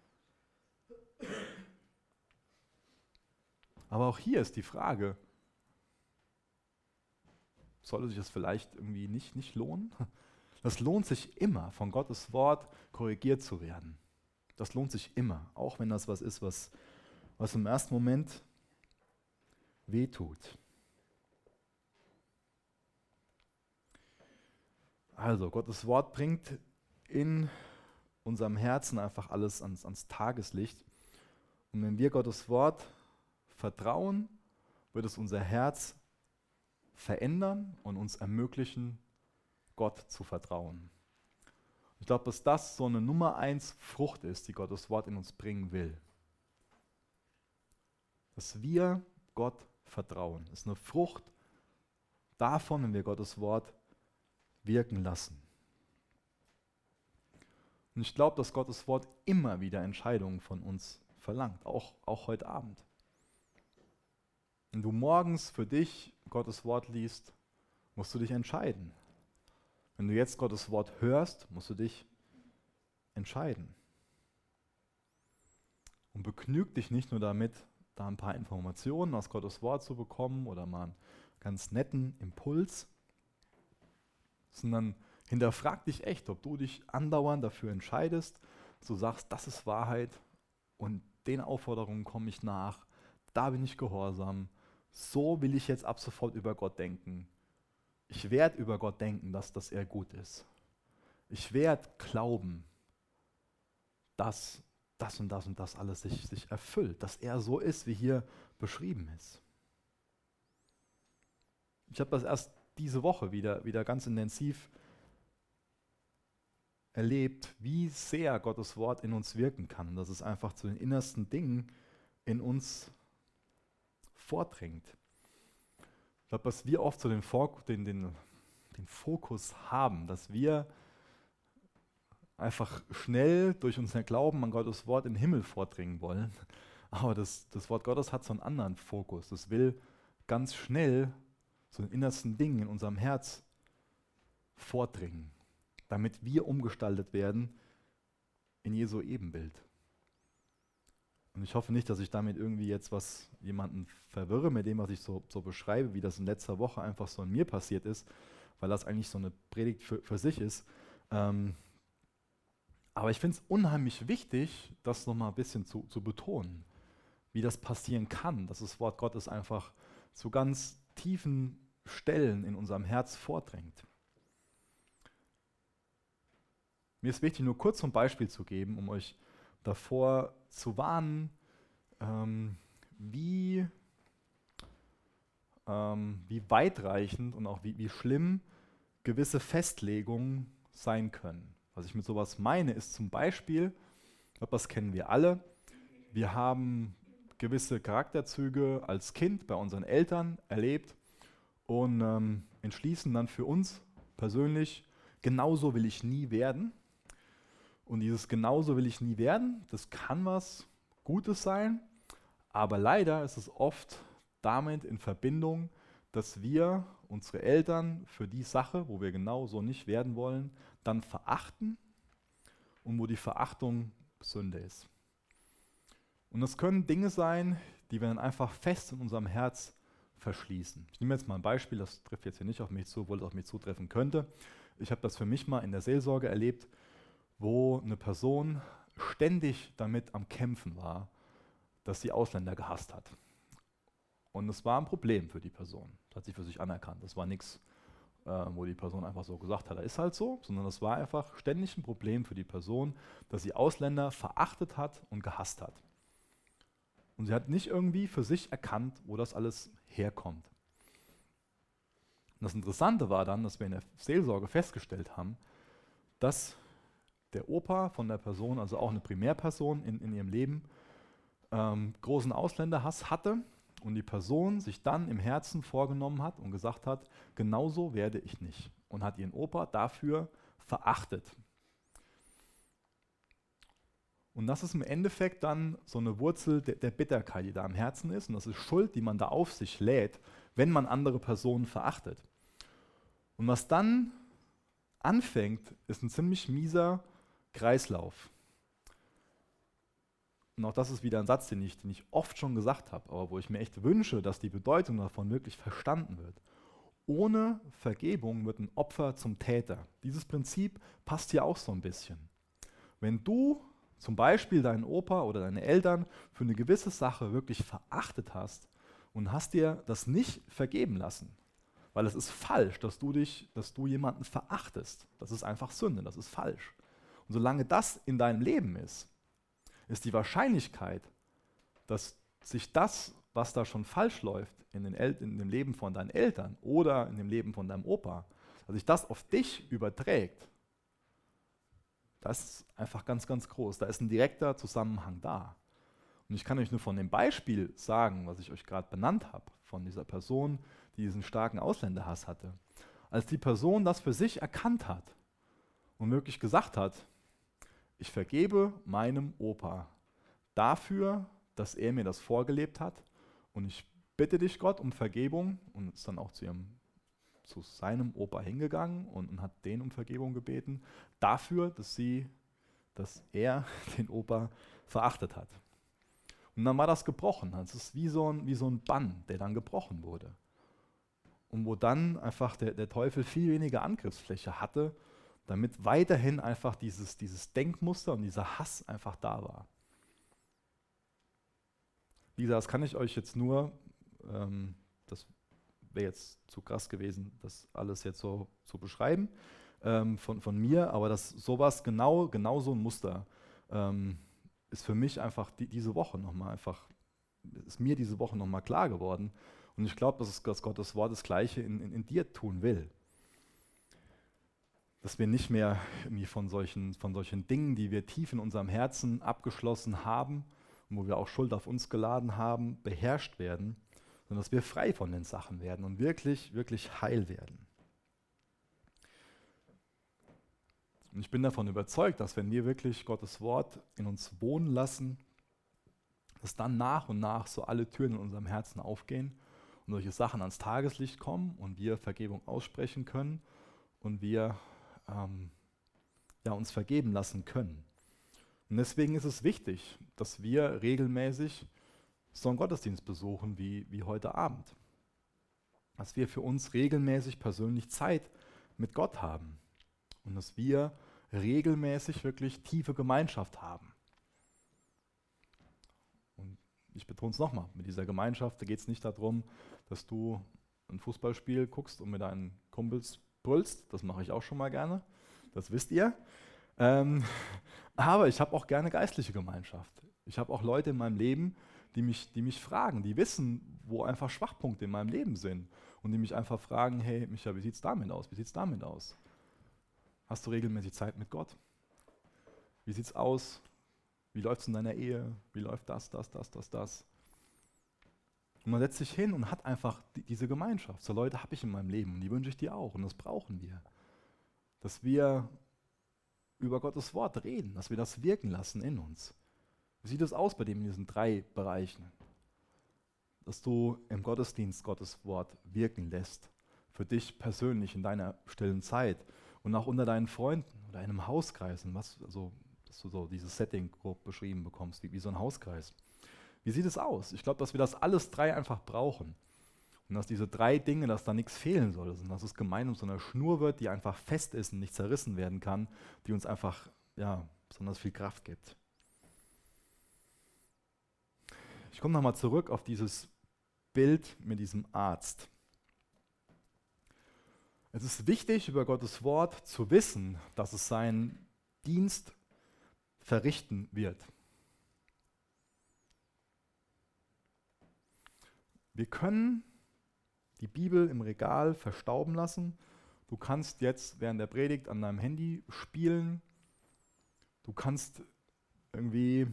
Aber auch hier ist die Frage, sollte sich das vielleicht irgendwie nicht lohnen? Das lohnt sich immer, von Gottes Wort korrigiert zu werden. Das lohnt sich immer, auch wenn das was ist, was im ersten Moment wehtut. Also, Gottes Wort bringt in unserem Herzen einfach alles ans Tageslicht. Und wenn wir Gottes Wort vertrauen, wird es unser Herz verändern und uns ermöglichen, Gott zu vertrauen. Ich glaube, dass das so eine Nummer 1 Frucht ist, die Gottes Wort in uns bringen will. Dass wir Gott vertrauen. Das ist eine Frucht davon, wenn wir Gottes Wort wirken lassen. Und ich glaube, dass Gottes Wort immer wieder Entscheidungen von uns verlangt, auch heute Abend. Wenn du morgens für dich Gottes Wort liest, musst du dich entscheiden. Wenn du jetzt Gottes Wort hörst, musst du dich entscheiden. Und begnüg dich nicht nur damit, da ein paar Informationen aus Gottes Wort zu bekommen oder mal einen ganz netten Impuls, sondern hinterfrag dich echt, ob du dich andauernd dafür entscheidest, dass du sagst, das ist Wahrheit und den Aufforderungen komme ich nach, da bin ich gehorsam, so will ich jetzt ab sofort über Gott denken. Ich werde über Gott denken, dass er gut ist. Ich werde glauben, dass das und das und das alles sich erfüllt, dass er so ist, wie hier beschrieben ist. Ich habe das erst diese Woche wieder ganz intensiv erlebt, wie sehr Gottes Wort in uns wirken kann und dass es einfach zu den innersten Dingen in uns vordringt. Ich glaube, dass wir oft so den Fokus haben, dass wir einfach schnell durch unseren Glauben an Gottes Wort in den Himmel vordringen wollen, Aber das Wort Gottes hat so einen anderen Fokus. Das will ganz schnell so den innersten Dingen in unserem Herz vordringen, damit wir umgestaltet werden in Jesu Ebenbild. Und ich hoffe nicht, dass ich damit irgendwie jetzt jemanden verwirre mit dem, was ich so beschreibe, wie das in letzter Woche einfach so in mir passiert ist, weil das eigentlich so eine Predigt für sich ist. Aber ich finde es unheimlich wichtig, das nochmal ein bisschen zu betonen, wie das passieren kann, dass das Wort Gottes einfach zu ganz tiefen Stellen in unserem Herz vordringt. Mir ist wichtig, nur kurz ein Beispiel zu geben, um euch davor zu warnen, wie weitreichend und auch wie schlimm gewisse Festlegungen sein können. Was ich mit sowas meine, ist zum Beispiel, ich glaube, das kennen wir alle, wir haben gewisse Charakterzüge als Kind bei unseren Eltern erlebt und entschließen dann für uns persönlich, genauso will ich nie werden. Und dieses genauso will ich nie werden, das kann was Gutes sein, aber leider ist es oft damit in Verbindung, dass wir unsere Eltern für die Sache, wo wir genauso nicht werden wollen, dann verachten und wo die Verachtung Sünde ist. Und das können Dinge sein, die wir dann einfach fest in unserem Herz verschließen. Ich nehme jetzt mal ein Beispiel, das trifft jetzt hier nicht auf mich zu, obwohl es auf mich zutreffen könnte. Ich habe das für mich mal in der Seelsorge erlebt, wo eine Person ständig damit am Kämpfen war, dass sie Ausländer gehasst hat. Und es war ein Problem für die Person. Das hat sie für sich anerkannt. Das war nichts, wo die Person einfach so gesagt hat, das ist halt so, sondern das war einfach ständig ein Problem für die Person, dass sie Ausländer verachtet hat und gehasst hat. Und sie hat nicht irgendwie für sich erkannt, wo das alles herkommt. Und das Interessante war dann, dass wir in der Seelsorge festgestellt haben, dass der Opa von der Person, also auch eine Primärperson in ihrem Leben, großen Ausländerhass hatte und die Person sich dann im Herzen vorgenommen hat und gesagt hat, genauso werde ich nicht. Und hat ihren Opa dafür verachtet. Und das ist im Endeffekt dann so eine Wurzel der Bitterkeit, die da im Herzen ist. Und das ist Schuld, die man da auf sich lädt, wenn man andere Personen verachtet. Und was dann anfängt, ist ein ziemlich mieser Kreislauf. Und auch das ist wieder ein Satz, den ich oft schon gesagt habe, aber wo ich mir echt wünsche, dass die Bedeutung davon wirklich verstanden wird. Ohne Vergebung wird ein Opfer zum Täter. Dieses Prinzip passt hier auch so ein bisschen. Wenn du zum Beispiel deinen Opa oder deine Eltern für eine gewisse Sache wirklich verachtet hast und hast dir das nicht vergeben lassen, weil es ist falsch, dass du jemanden verachtest. Das ist einfach Sünde, das ist falsch. Und solange das in deinem Leben ist die Wahrscheinlichkeit, dass sich das, was da schon falsch läuft, in dem Leben von deinen Eltern oder in dem Leben von deinem Opa, dass sich das auf dich überträgt, das ist einfach ganz, ganz groß. Da ist ein direkter Zusammenhang da. Und ich kann euch nur von dem Beispiel sagen, was ich euch gerade benannt habe, von dieser Person, die diesen starken Ausländerhass hatte. Als die Person das für sich erkannt hat und wirklich gesagt hat, ich vergebe meinem Opa dafür, dass er mir das vorgelebt hat und ich bitte dich, Gott, um Vergebung, und ist dann auch zu seinem Opa hingegangen und hat den um Vergebung gebeten, dafür, dass er den Opa verachtet hat. Und dann war das gebrochen. Es ist wie so ein Bann, der dann gebrochen wurde. Und wo dann einfach der Teufel viel weniger Angriffsfläche hatte, damit weiterhin einfach dieses Denkmuster und dieser Hass einfach da war. Wie gesagt, das kann ich euch jetzt nur, das wäre jetzt zu krass gewesen, das alles jetzt so zu beschreiben von mir, aber sowas genau so ein Muster ist für mich einfach diese Woche nochmal ist mir diese Woche nochmal klar geworden. Und ich glaube, dass Gottes Wort das Gleiche in dir tun will. Dass wir nicht mehr irgendwie von solchen Dingen, die wir tief in unserem Herzen abgeschlossen haben und wo wir auch Schuld auf uns geladen haben, beherrscht werden, sondern dass wir frei von den Sachen werden und wirklich, wirklich heil werden. Und ich bin davon überzeugt, dass wenn wir wirklich Gottes Wort in uns wohnen lassen, dass dann nach und nach so alle Türen in unserem Herzen aufgehen und solche Sachen ans Tageslicht kommen und wir Vergebung aussprechen können und wir uns vergeben lassen können. Und deswegen ist es wichtig, dass wir regelmäßig so einen Gottesdienst besuchen wie heute Abend. Dass wir für uns regelmäßig persönlich Zeit mit Gott haben und dass wir regelmäßig wirklich tiefe Gemeinschaft haben. Und ich betone es nochmal, mit dieser Gemeinschaft geht es nicht darum, dass du ein Fußballspiel guckst und mit deinen Kumpels brüllst. Das mache ich auch schon mal gerne, das wisst ihr. Aber ich habe auch gerne geistliche Gemeinschaft. Ich habe auch Leute in meinem Leben, die mich fragen, die wissen, wo einfach Schwachpunkte in meinem Leben sind und die mich einfach fragen, hey Micha, wie sieht es damit aus? Wie sieht es damit aus? Hast du regelmäßig Zeit mit Gott? Wie sieht es aus? Wie läuft es in deiner Ehe? Wie läuft das? Und man setzt sich hin und hat einfach diese Gemeinschaft. So Leute habe ich in meinem Leben und die wünsche ich dir auch und das brauchen wir. Dass wir über Gottes Wort reden, dass wir das wirken lassen in uns. Wie sieht es aus bei dem in diesen 3 Bereichen? Dass du im Gottesdienst Gottes Wort wirken lässt, für dich persönlich in deiner stillen Zeit und auch unter deinen Freunden oder in einem Hauskreis, dass du so dieses Setting grob beschrieben bekommst, wie so ein Hauskreis. Wie sieht es aus? Ich glaube, dass wir das alles 3 einfach brauchen. Und dass diese 3 Dinge, dass da nichts fehlen soll, sondern dass es gemeinsam so eine Schnur wird, die einfach fest ist und nicht zerrissen werden kann, die uns einfach besonders viel Kraft gibt. Ich komme nochmal zurück auf dieses Bild mit diesem Arzt. Es ist wichtig, über Gottes Wort zu wissen, dass es seinen Dienst verrichten wird. Wir können die Bibel im Regal verstauben lassen. Du kannst jetzt während der Predigt an deinem Handy spielen. Du kannst irgendwie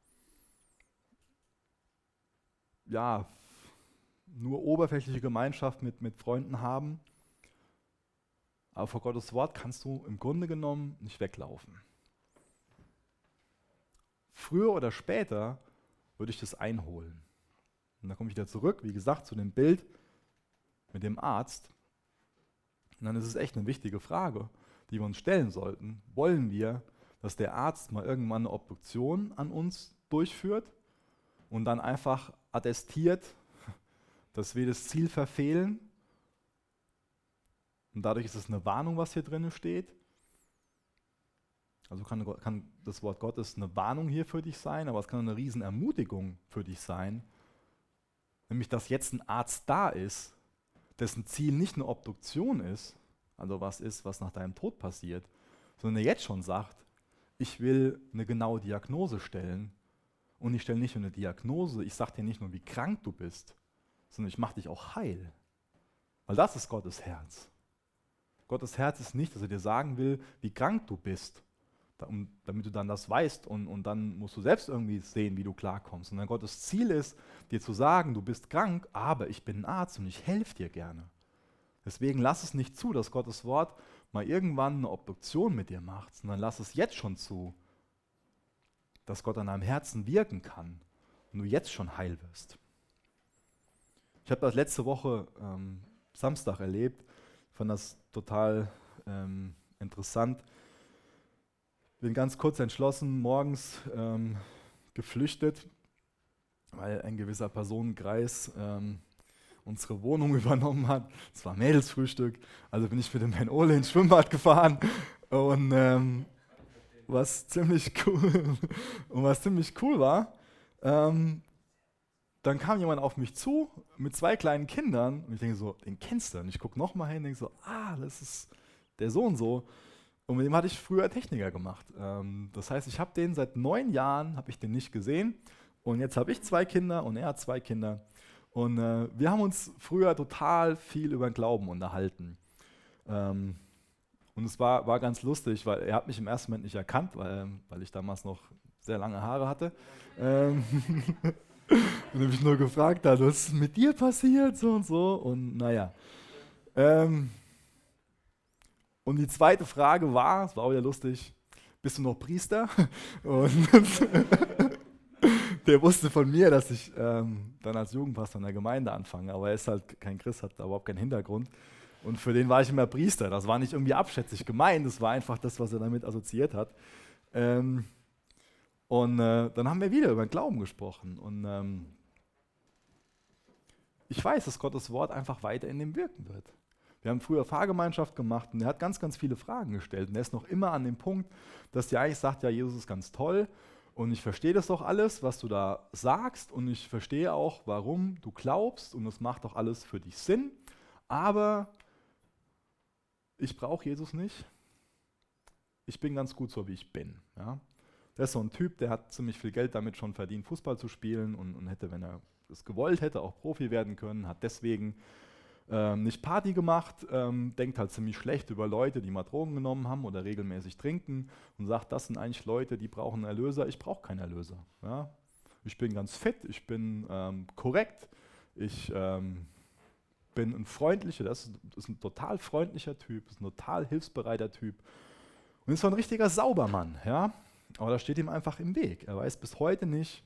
nur oberflächliche Gemeinschaft mit Freunden haben. Aber vor Gottes Wort kannst du im Grunde genommen nicht weglaufen. Früher oder später würde ich das einholen. Und dann komme ich wieder zurück, wie gesagt, zu dem Bild mit dem Arzt. Und dann ist es echt eine wichtige Frage, die wir uns stellen sollten. Wollen wir, dass der Arzt mal irgendwann eine Obduktion an uns durchführt und dann einfach attestiert, dass wir das Ziel verfehlen? Und dadurch ist es eine Warnung, was hier drin steht. Also kann das Wort Gottes eine Warnung hier für dich sein, aber es kann eine riesen Ermutigung für dich sein. Nämlich, dass jetzt ein Arzt da ist, dessen Ziel nicht eine Obduktion ist, also was ist, was nach deinem Tod passiert, sondern der jetzt schon sagt, ich will eine genaue Diagnose stellen. Und ich stelle nicht nur eine Diagnose, ich sage dir nicht nur, wie krank du bist, sondern ich mache dich auch heil. Weil das ist Gottes Herz. Gottes Herz ist nicht, dass er dir sagen will, wie krank du bist, damit du dann das weißt und dann musst du selbst irgendwie sehen, wie du klarkommst. Sondern Gottes Ziel ist, dir zu sagen, du bist krank, aber ich bin ein Arzt und ich helfe dir gerne. Deswegen lass es nicht zu, dass Gottes Wort mal irgendwann eine Obduktion mit dir macht, sondern lass es jetzt schon zu, dass Gott an deinem Herzen wirken kann und du jetzt schon heil wirst. Ich habe das letzte Woche Samstag erlebt, fand das total interessant. Bin ganz kurz entschlossen, morgens geflüchtet, weil ein gewisser Personenkreis unsere Wohnung übernommen hat. Es war Mädelsfrühstück, also bin ich mit dem Herrn Ole ins Schwimmbad gefahren und was ziemlich cool war, dann kam jemand auf mich zu mit 2 kleinen Kindern und ich denke so, den kennst du. Und ich gucke nochmal hin und denke so, das ist der so und so. Und mit dem hatte ich früher Techniker gemacht. Das heißt, ich habe den seit 9 Jahren, habe ich den nicht gesehen. Und jetzt habe ich 2 Kinder und er hat 2 Kinder. Und wir haben uns früher total viel über den Glauben unterhalten. Und es war ganz lustig, weil er hat mich im ersten Moment nicht erkannt, weil ich damals noch sehr lange Haare hatte. Und er mich nur gefragt hat, was ist mit dir passiert, so und so. Und naja. Und die zweite Frage war, es war auch wieder lustig, bist du noch Priester? Und Der wusste von mir, dass ich dann als Jugendpastor in der Gemeinde anfange, aber er ist halt kein Christ, hat da überhaupt keinen Hintergrund. Und für den war ich immer Priester. Das war nicht irgendwie abschätzig gemeint, das war einfach das, was er damit assoziiert hat. Dann haben wir wieder über den Glauben gesprochen. Und ich weiß, dass Gottes Wort einfach weiter in dem wirken wird. Wir haben früher Fahrgemeinschaft gemacht und er hat ganz, ganz viele Fragen gestellt. Und er ist noch immer an dem Punkt, dass der eigentlich sagt, ja, Jesus ist ganz toll und ich verstehe das doch alles, was du da sagst und ich verstehe auch, warum du glaubst und es macht doch alles für dich Sinn, aber ich brauche Jesus nicht. Ich bin ganz gut so, wie ich bin. Ja? Der ist so ein Typ, der hat ziemlich viel Geld damit schon verdient, Fußball zu spielen und hätte, wenn er es gewollt hätte, auch Profi werden können, hat deswegen nicht Party gemacht, denkt halt ziemlich schlecht über Leute, die mal Drogen genommen haben oder regelmäßig trinken und sagt, das sind eigentlich Leute, die brauchen einen Erlöser, ich brauche keinen Erlöser. Ja? Ich bin ganz fit, ich bin korrekt, ich bin ein freundlicher, das ist ein total freundlicher Typ, ist ein total hilfsbereiter Typ und ist so ein richtiger Saubermann. Ja? Aber das steht ihm einfach im Weg. Er weiß bis heute nicht,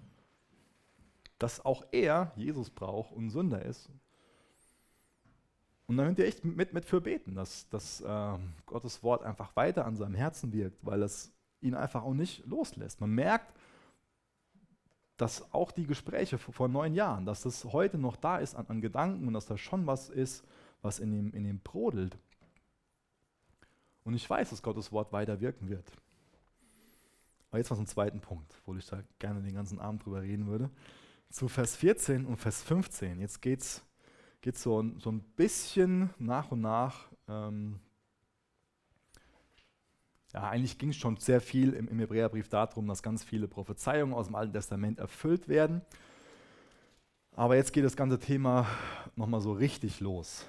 dass auch er Jesus braucht und Sünder ist. Und da könnt ihr echt mit für beten, dass Gottes Wort einfach weiter an seinem Herzen wirkt, weil es ihn einfach auch nicht loslässt. Man merkt, dass auch die Gespräche vor 9 Jahren, dass das heute noch da ist an Gedanken und dass da schon was ist, was in ihm brodelt. Und ich weiß, dass Gottes Wort weiter wirken wird. Aber jetzt mal zum zweiten Punkt, wo ich da gerne den ganzen Abend drüber reden würde. Zu Vers 14 und Vers 15. Jetzt geht's so ein bisschen nach und nach. Eigentlich ging es schon sehr viel im Hebräerbrief darum, dass ganz viele Prophezeiungen aus dem Alten Testament erfüllt werden. Aber jetzt geht das ganze Thema nochmal so richtig los.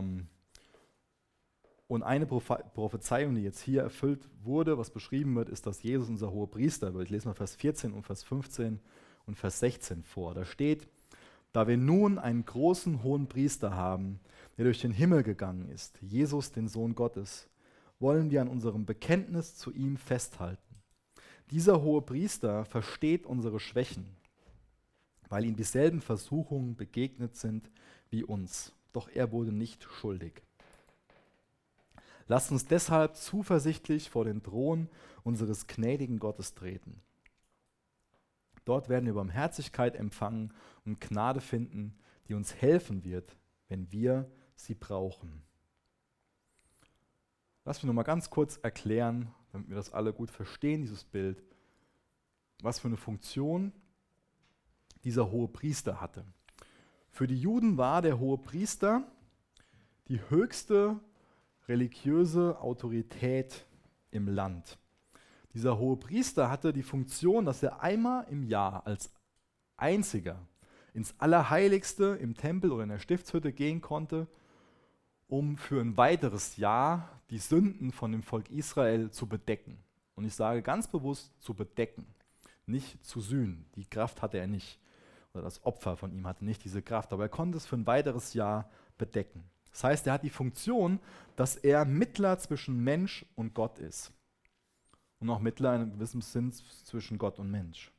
Und eine Prophezeiung, die jetzt hier erfüllt wurde, was beschrieben wird, ist, dass Jesus unser hoher Priester wird. Ich lese mal Vers 14 und Vers 15 und Vers 16 vor. Da steht: Da wir nun einen großen hohen Priester haben, der durch den Himmel gegangen ist, Jesus, den Sohn Gottes, wollen wir an unserem Bekenntnis zu ihm festhalten. Dieser hohe Priester versteht unsere Schwächen, weil ihm dieselben Versuchungen begegnet sind wie uns. Doch er wurde nicht schuldig. Lasst uns deshalb zuversichtlich vor den Thron unseres gnädigen Gottes treten. Dort werden wir Barmherzigkeit empfangen und Gnade finden, die uns helfen wird, wenn wir sie brauchen. Lass mich noch mal ganz kurz erklären, damit wir das alle gut verstehen, dieses Bild, was für eine Funktion dieser hohe Priester hatte. Für die Juden war der hohe Priester die höchste religiöse Autorität im Land. Dieser hohe Priester hatte die Funktion, dass er einmal im Jahr als einziger ins Allerheiligste im Tempel oder in der Stiftshütte gehen konnte, um für ein weiteres Jahr die Sünden von dem Volk Israel zu bedecken. Und ich sage ganz bewusst zu bedecken, nicht zu sühnen. Die Kraft hatte er nicht. Oder das Opfer von ihm hatte nicht diese Kraft, aber er konnte es für ein weiteres Jahr bedecken. Das heißt, er hat die Funktion, dass er Mittler zwischen Mensch und Gott ist. Und auch Mittler in einem gewissen Sinn zwischen Gott und Mensch.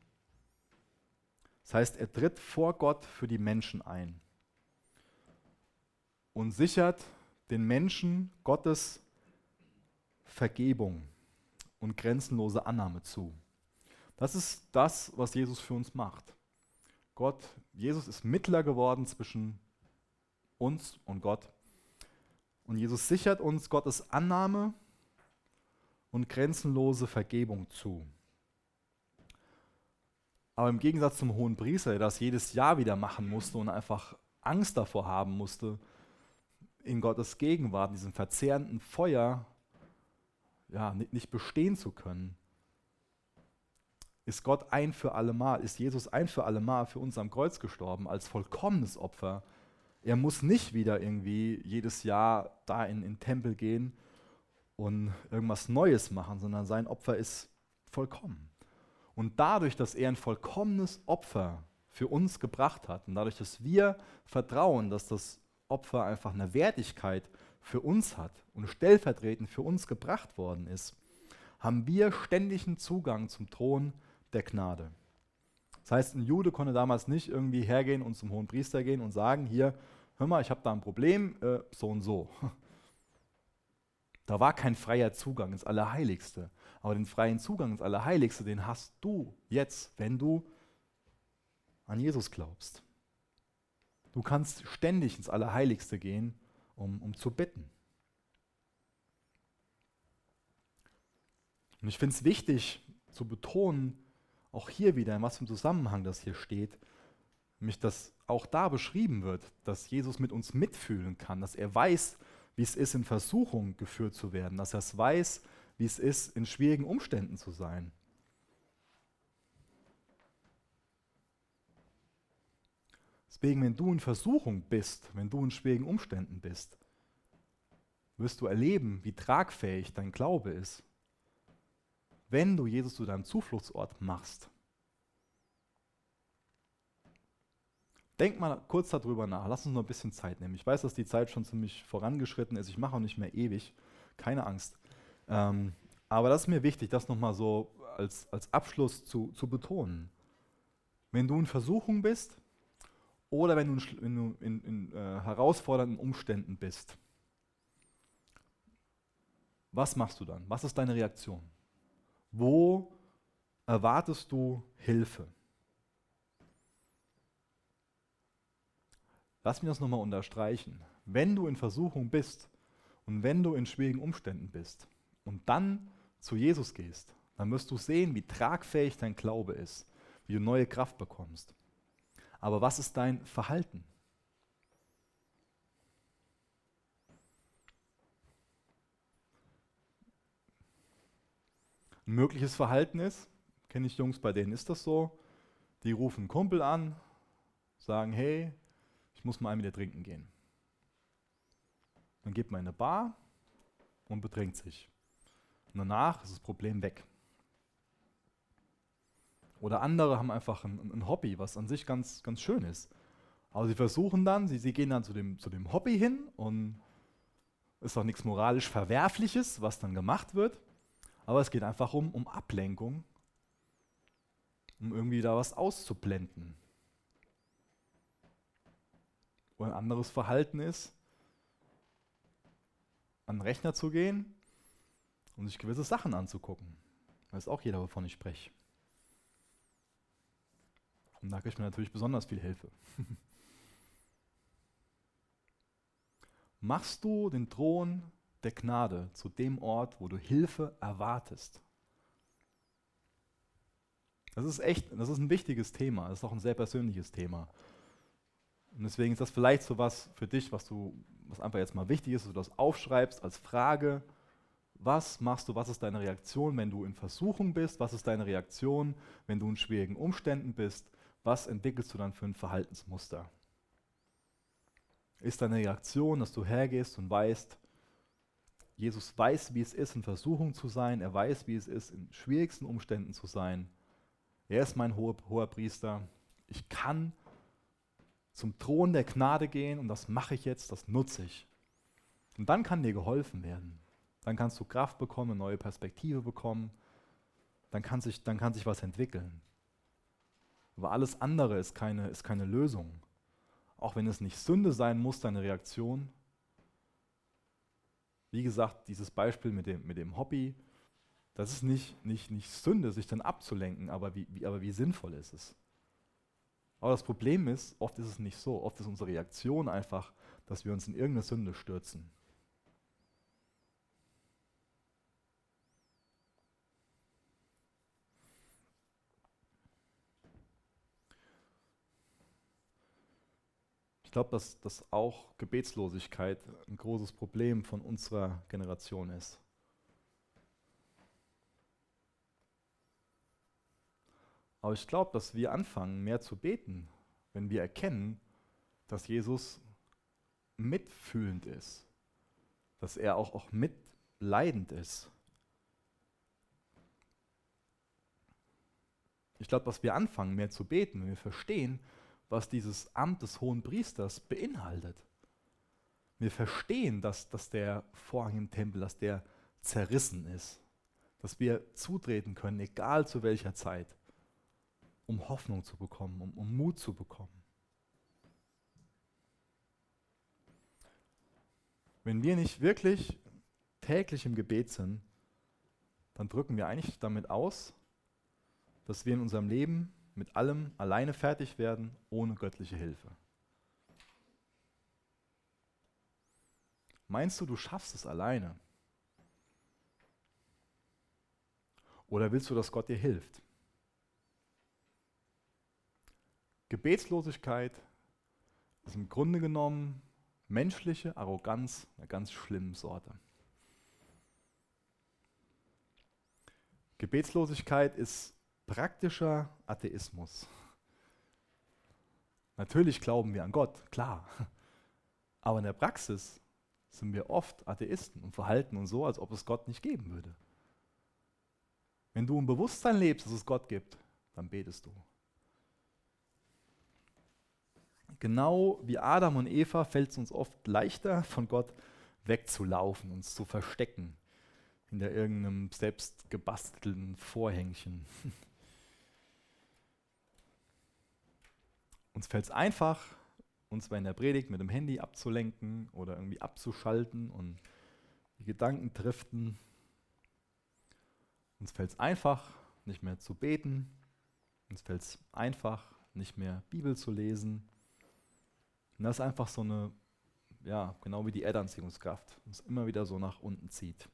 Das heißt, er tritt vor Gott für die Menschen ein und sichert den Menschen Gottes Vergebung und grenzenlose Annahme zu. Das ist das, was Jesus für uns macht. Jesus ist Mittler geworden zwischen uns und Gott. Und Jesus sichert uns Gottes Annahme und grenzenlose Vergebung zu. Aber im Gegensatz zum hohen Priester, der das jedes Jahr wieder machen musste und einfach Angst davor haben musste, in Gottes Gegenwart, in diesem verzehrenden Feuer, nicht bestehen zu können, ist Jesus ein für allemal für uns am Kreuz gestorben, als vollkommenes Opfer. Er muss nicht wieder irgendwie jedes Jahr da in den Tempel gehen und irgendwas Neues machen, sondern sein Opfer ist vollkommen. Und dadurch, dass er ein vollkommenes Opfer für uns gebracht hat und dadurch, dass wir vertrauen, dass das Opfer einfach eine Wertigkeit für uns hat und stellvertretend für uns gebracht worden ist, haben wir ständigen Zugang zum Thron der Gnade. Das heißt, ein Jude konnte damals nicht irgendwie hergehen und zum Hohenpriester gehen und sagen, hier, hör mal, ich habe da ein Problem, so und so. Da war kein freier Zugang ins Allerheiligste. Aber den freien Zugang ins Allerheiligste, den hast du jetzt, wenn du an Jesus glaubst. Du kannst ständig ins Allerheiligste gehen, um zu bitten. Und ich finde es wichtig zu betonen, auch hier wieder, in was für einem Zusammenhang das hier steht, nämlich dass auch da beschrieben wird, dass Jesus mit uns mitfühlen kann, dass er weiß, wie es ist, in Versuchung geführt zu werden, dass er es weiß, wie es ist, in schwierigen Umständen zu sein. Deswegen, wenn du in Versuchung bist, wenn du in schwierigen Umständen bist, wirst du erleben, wie tragfähig dein Glaube ist, wenn du Jesus zu deinem Zufluchtsort machst. Denk mal kurz darüber nach, lass uns noch ein bisschen Zeit nehmen. Ich weiß, dass die Zeit schon ziemlich vorangeschritten ist, ich mache auch nicht mehr ewig, keine Angst. Aber das ist mir wichtig, das nochmal so als Abschluss zu betonen. Wenn du in Versuchung bist oder wenn du in herausfordernden Umständen bist, was machst du dann? Was ist deine Reaktion? Wo erwartest du Hilfe? Lass mich das nochmal unterstreichen. Wenn du in Versuchung bist und wenn du in schwierigen Umständen bist und dann zu Jesus gehst, dann wirst du sehen, wie tragfähig dein Glaube ist, wie du neue Kraft bekommst. Aber was ist dein Verhalten? Ein mögliches Verhalten ist, kenne ich Jungs, bei denen ist das so, die rufen einen Kumpel an, sagen, hey, ich muss mal einen mit dir trinken gehen. Dann geht man in eine Bar und betrinkt sich. Und danach ist das Problem weg. Oder andere haben einfach ein Hobby, was an sich ganz, ganz schön ist. Aber sie versuchen dann, sie gehen dann zu dem Hobby hin und ist auch nichts moralisch Verwerfliches, was dann gemacht wird. Aber es geht einfach um Ablenkung, um irgendwie da was auszublenden. Oder ein anderes Verhalten ist, an den Rechner zu gehen und sich gewisse Sachen anzugucken. Weiß auch jeder, wovon ich spreche. Und da kriegt man natürlich besonders viel Hilfe. Machst du den Thron der Gnade zu dem Ort, wo du Hilfe erwartest? Das ist ein wichtiges Thema, das ist auch ein sehr persönliches Thema. Und deswegen ist das vielleicht so was für dich, was einfach jetzt mal wichtig ist, dass du das aufschreibst als Frage. Was machst du, was ist deine Reaktion, wenn du in Versuchung bist? Was ist deine Reaktion, wenn du in schwierigen Umständen bist? Was entwickelst du dann für ein Verhaltensmuster? Ist deine Reaktion, dass du hergehst und weißt, Jesus weiß, wie es ist, in Versuchung zu sein, er weiß, wie es ist, in schwierigsten Umständen zu sein. Er ist mein hoher Priester. Ich kann zum Thron der Gnade gehen und das mache ich jetzt, das nutze ich. Und dann kann dir geholfen werden. Dann kannst du Kraft bekommen, eine neue Perspektive bekommen. Dann kann sich was entwickeln. Aber alles andere ist keine Lösung. Auch wenn es nicht Sünde sein muss, deine Reaktion. Wie gesagt, dieses Beispiel mit dem Hobby, das ist nicht Sünde, sich dann abzulenken, aber wie sinnvoll ist es? Aber das Problem ist, oft ist es nicht so. Oft ist unsere Reaktion einfach, dass wir uns in irgendeine Sünde stürzen. Ich glaube, dass auch Gebetslosigkeit ein großes Problem von unserer Generation ist. Aber ich glaube, dass wir anfangen, mehr zu beten, wenn wir erkennen, dass Jesus mitfühlend ist, dass er auch mitleidend ist. Ich glaube, dass wir anfangen, mehr zu beten, wenn wir verstehen, was dieses Amt des Hohen Priesters beinhaltet. Wir verstehen, dass der Vorhang im Tempel, dass der zerrissen ist, dass wir zutreten können, egal zu welcher Zeit. um Hoffnung zu bekommen, um Mut zu bekommen. Wenn wir nicht wirklich täglich im Gebet sind, dann drücken wir eigentlich damit aus, dass wir in unserem Leben mit allem alleine fertig werden, ohne göttliche Hilfe. Meinst du, du schaffst es alleine? Oder willst du, dass Gott dir hilft? Gebetslosigkeit ist im Grunde genommen menschliche Arroganz einer ganz schlimmen Sorte. Gebetslosigkeit ist praktischer Atheismus. Natürlich glauben wir an Gott, klar. Aber in der Praxis sind wir oft Atheisten und verhalten uns so, als ob es Gott nicht geben würde. Wenn du im Bewusstsein lebst, dass es Gott gibt, dann betest du. Genau wie Adam und Eva fällt es uns oft leichter, von Gott wegzulaufen, uns zu verstecken hinter irgendeinem selbst gebastelten Vorhängchen. Uns fällt es einfach, uns bei einer Predigt mit dem Handy abzulenken oder irgendwie abzuschalten und die Gedanken driften. Uns fällt es einfach, nicht mehr zu beten. Uns fällt es einfach, nicht mehr Bibel zu lesen. Und das ist einfach so eine, ja, genau wie die Erdanziehungskraft, uns immer wieder so nach unten zieht.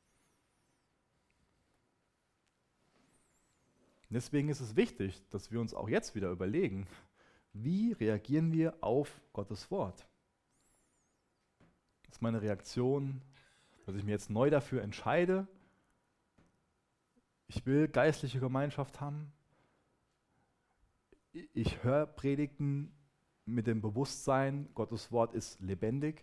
Deswegen ist es wichtig, dass wir uns auch jetzt wieder überlegen, wie reagieren wir auf Gottes Wort? Das ist meine Reaktion, dass ich mir jetzt neu dafür entscheide, ich will geistliche Gemeinschaft haben. Ich höre Predigten mit dem Bewusstsein, Gottes Wort ist lebendig.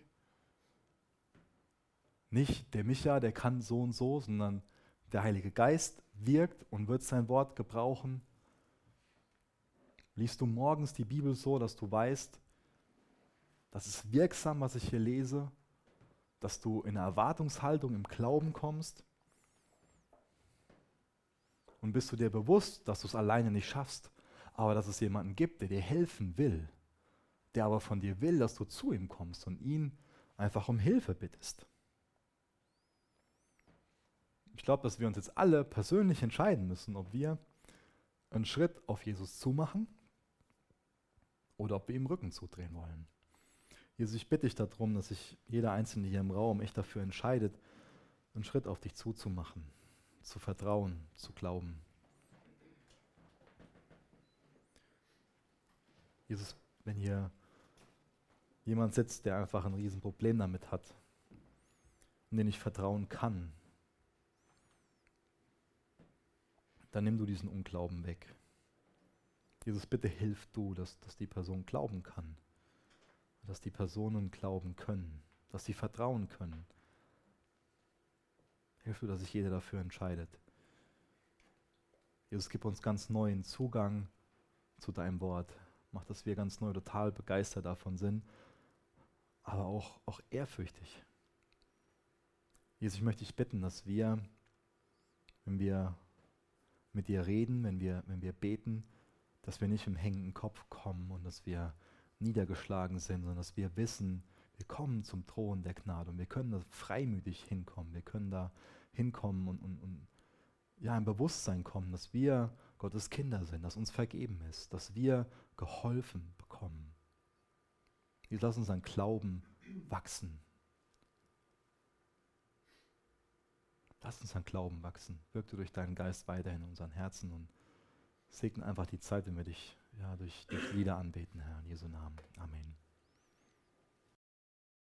Nicht der Micha, der kann so und so, sondern der Heilige Geist wirkt und wird sein Wort gebrauchen. Liest du morgens die Bibel so, dass du weißt, das ist wirksam, was ich hier lese, dass du in eine Erwartungshaltung im Glauben kommst? Und bist du dir bewusst, dass du es alleine nicht schaffst, aber dass es jemanden gibt, der dir helfen will, der aber von dir will, dass du zu ihm kommst und ihn einfach um Hilfe bittest? Ich glaube, dass wir uns jetzt alle persönlich entscheiden müssen, ob wir einen Schritt auf Jesus zumachen oder ob wir ihm Rücken zudrehen wollen. Jesus, ich bitte dich darum, dass sich jeder Einzelne hier im Raum echt dafür entscheidet, einen Schritt auf dich zuzumachen, zu vertrauen, zu glauben. Jesus, wenn hier jemand sitzt, der einfach ein Riesenproblem damit hat und den ich vertrauen kann, dann nimm du diesen Unglauben weg. Jesus, bitte hilf du, dass die Person glauben kann, dass die Personen glauben können, dass sie vertrauen können. Hilf du, dass sich jeder dafür entscheidet. Jesus, gib uns ganz neuen Zugang zu deinem Wort. Mach, dass wir ganz neu total begeistert davon sind, aber auch ehrfürchtig. Jesus, ich möchte dich bitten, dass wir, wenn wir mit dir reden, wenn wir beten, dass wir nicht im hängenden Kopf kommen und dass wir niedergeschlagen sind, sondern dass wir wissen, wir kommen zum Thron der Gnade und wir können da freimütig hinkommen. Wir können da hinkommen und ja, im Bewusstsein kommen, dass wir Gottes Kinder sind, dass uns vergeben ist, dass wir geholfen bekommen. Jesus, lass uns an Glauben wachsen. Lass uns an Glauben wachsen. Wirk du durch deinen Geist weiterhin in unseren Herzen und segne einfach die Zeit, wenn wir dich durch Lieder anbeten, Herr, in Jesu Namen. Amen.